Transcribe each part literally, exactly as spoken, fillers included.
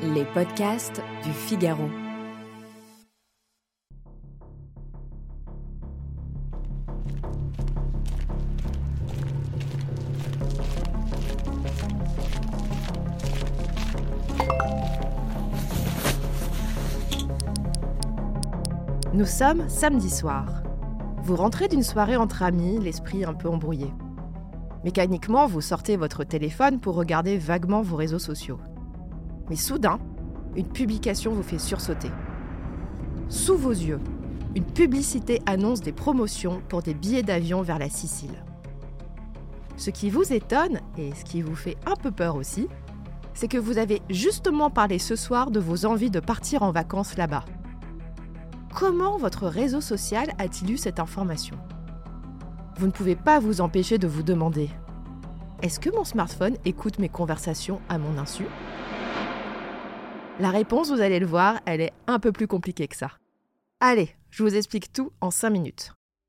Les podcasts du Figaro. Nous sommes samedi soir. Vous rentrez d'une soirée entre amis, l'esprit un peu embrouillé. Mécaniquement, vous sortez votre téléphone pour regarder vaguement vos réseaux sociaux. Mais soudain, une publication vous fait sursauter. Sous vos yeux, une publicité annonce des promotions pour des billets d'avion vers la Sicile. Ce qui vous étonne, et ce qui vous fait un peu peur aussi, c'est que vous avez justement parlé ce soir de vos envies de partir en vacances là-bas. Comment votre réseau social a-t-il eu cette information ? Vous ne pouvez pas vous empêcher de vous demander « Est-ce que mon smartphone écoute mes conversations à mon insu ?» La réponse, vous allez le voir, elle est un peu plus compliquée que ça. Allez, je vous explique tout en cinq minutes.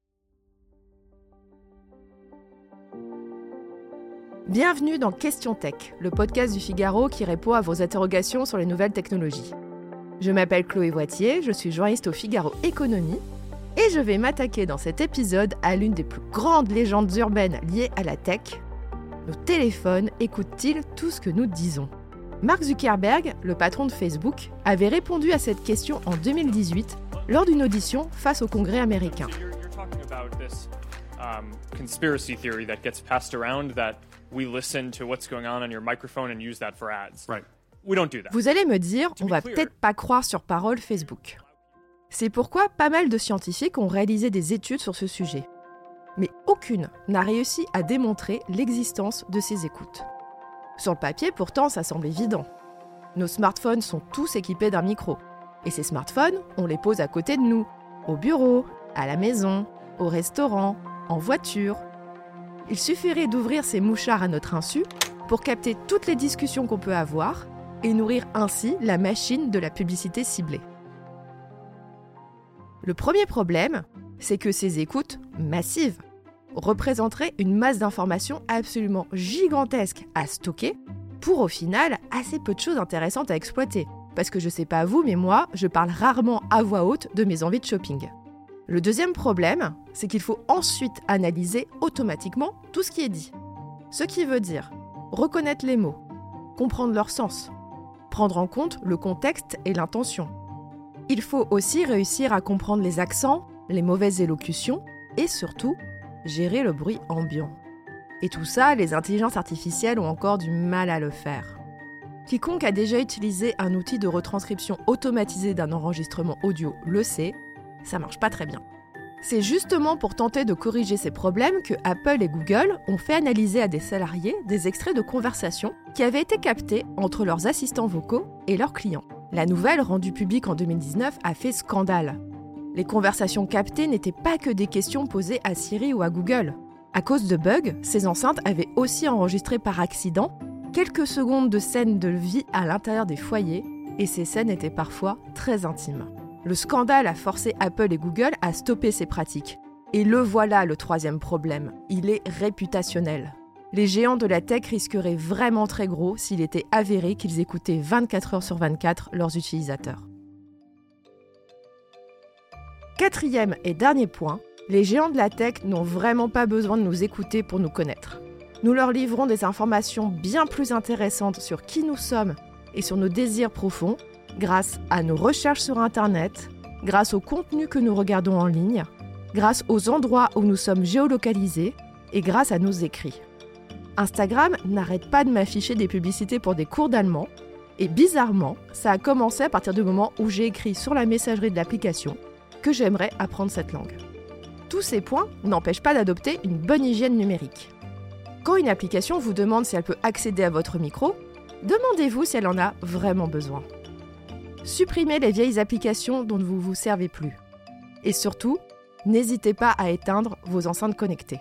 Bienvenue dans Question Tech, le podcast du Figaro qui répond à vos interrogations sur les nouvelles technologies. Je m'appelle Chloé Voitier, je suis journaliste au Figaro Économie et je vais m'attaquer dans cet épisode à l'une des plus grandes légendes urbaines liées à la tech. Nos téléphones écoutent-ils tout ce que nous disons ? Mark Zuckerberg, le patron de Facebook, avait répondu à cette question en deux mille dix-huit lors d'une audition face au Congrès américain. Vous allez me dire, on va peut-être pas croire sur parole Facebook. C'est pourquoi pas mal de scientifiques ont réalisé des études sur ce sujet. Mais aucune n'a réussi à démontrer l'existence de ces écoutes. Sur le papier, pourtant, ça semble évident. Nos smartphones sont tous équipés d'un micro. Et ces smartphones, on les pose à côté de nous, au bureau, à la maison, au restaurant, en voiture. Il suffirait d'ouvrir ces mouchards à notre insu pour capter toutes les discussions qu'on peut avoir et nourrir ainsi la machine de la publicité ciblée. Le premier problème, c'est que ces écoutes massives représenteraient une masse d'informations absolument gigantesque à stocker pour au final assez peu de choses intéressantes à exploiter. Parce que je sais pas vous, mais moi, je parle rarement à voix haute de mes envies de shopping. Le deuxième problème, c'est qu'il faut ensuite analyser automatiquement tout ce qui est dit. Ce qui veut dire reconnaître les mots, comprendre leur sens, prendre en compte le contexte et l'intention. Il faut aussi réussir à comprendre les accents, les mauvaises élocutions et surtout, gérer le bruit ambiant. Et tout ça, les intelligences artificielles ont encore du mal à le faire. Quiconque a déjà utilisé un outil de retranscription automatisé d'un enregistrement audio le sait, ça marche pas très bien. C'est justement pour tenter de corriger ces problèmes que Apple et Google ont fait analyser à des salariés des extraits de conversations qui avaient été captés entre leurs assistants vocaux et leurs clients. La nouvelle, rendue publique en deux mille dix-neuf, a fait scandale. Les conversations captées n'étaient pas que des questions posées à Siri ou à Google. À cause de bugs, ces enceintes avaient aussi enregistré par accident quelques secondes de scènes de vie à l'intérieur des foyers, et ces scènes étaient parfois très intimes. Le scandale a forcé Apple et Google à stopper ces pratiques. Et le voilà le troisième problème, il est réputationnel. Les géants de la tech risqueraient vraiment très gros s'il était avéré qu'ils écoutaient vingt-quatre heures sur vingt-quatre leurs utilisateurs. Quatrième et dernier point, les géants de la tech n'ont vraiment pas besoin de nous écouter pour nous connaître. Nous leur livrons des informations bien plus intéressantes sur qui nous sommes et sur nos désirs profonds, grâce à nos recherches sur Internet, grâce au contenu que nous regardons en ligne, grâce aux endroits où nous sommes géolocalisés et grâce à nos écrits. Instagram n'arrête pas de m'afficher des publicités pour des cours d'allemand et bizarrement, ça a commencé à partir du moment où j'ai écrit sur la messagerie de l'application que j'aimerais apprendre cette langue. Tous ces points n'empêchent pas d'adopter une bonne hygiène numérique. Quand une application vous demande si elle peut accéder à votre micro, demandez-vous si elle en a vraiment besoin. Supprimez les vieilles applications dont vous ne vous servez plus. Et surtout, n'hésitez pas à éteindre vos enceintes connectées.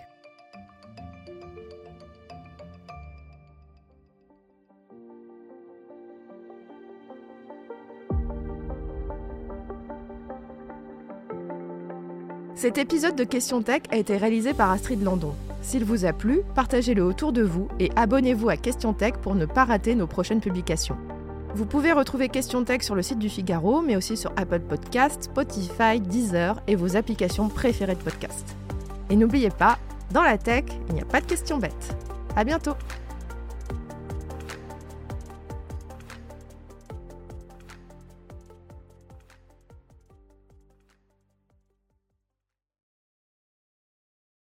Cet épisode de Question Tech a été réalisé par Astrid Landon. S'il vous a plu, partagez-le autour de vous et abonnez-vous à Question Tech pour ne pas rater nos prochaines publications. Vous pouvez retrouver Question Tech sur le site du Figaro, mais aussi sur Apple Podcasts, Spotify, Deezer et vos applications préférées de podcast. Et n'oubliez pas, dans la tech, il n'y a pas de questions bêtes. À bientôt!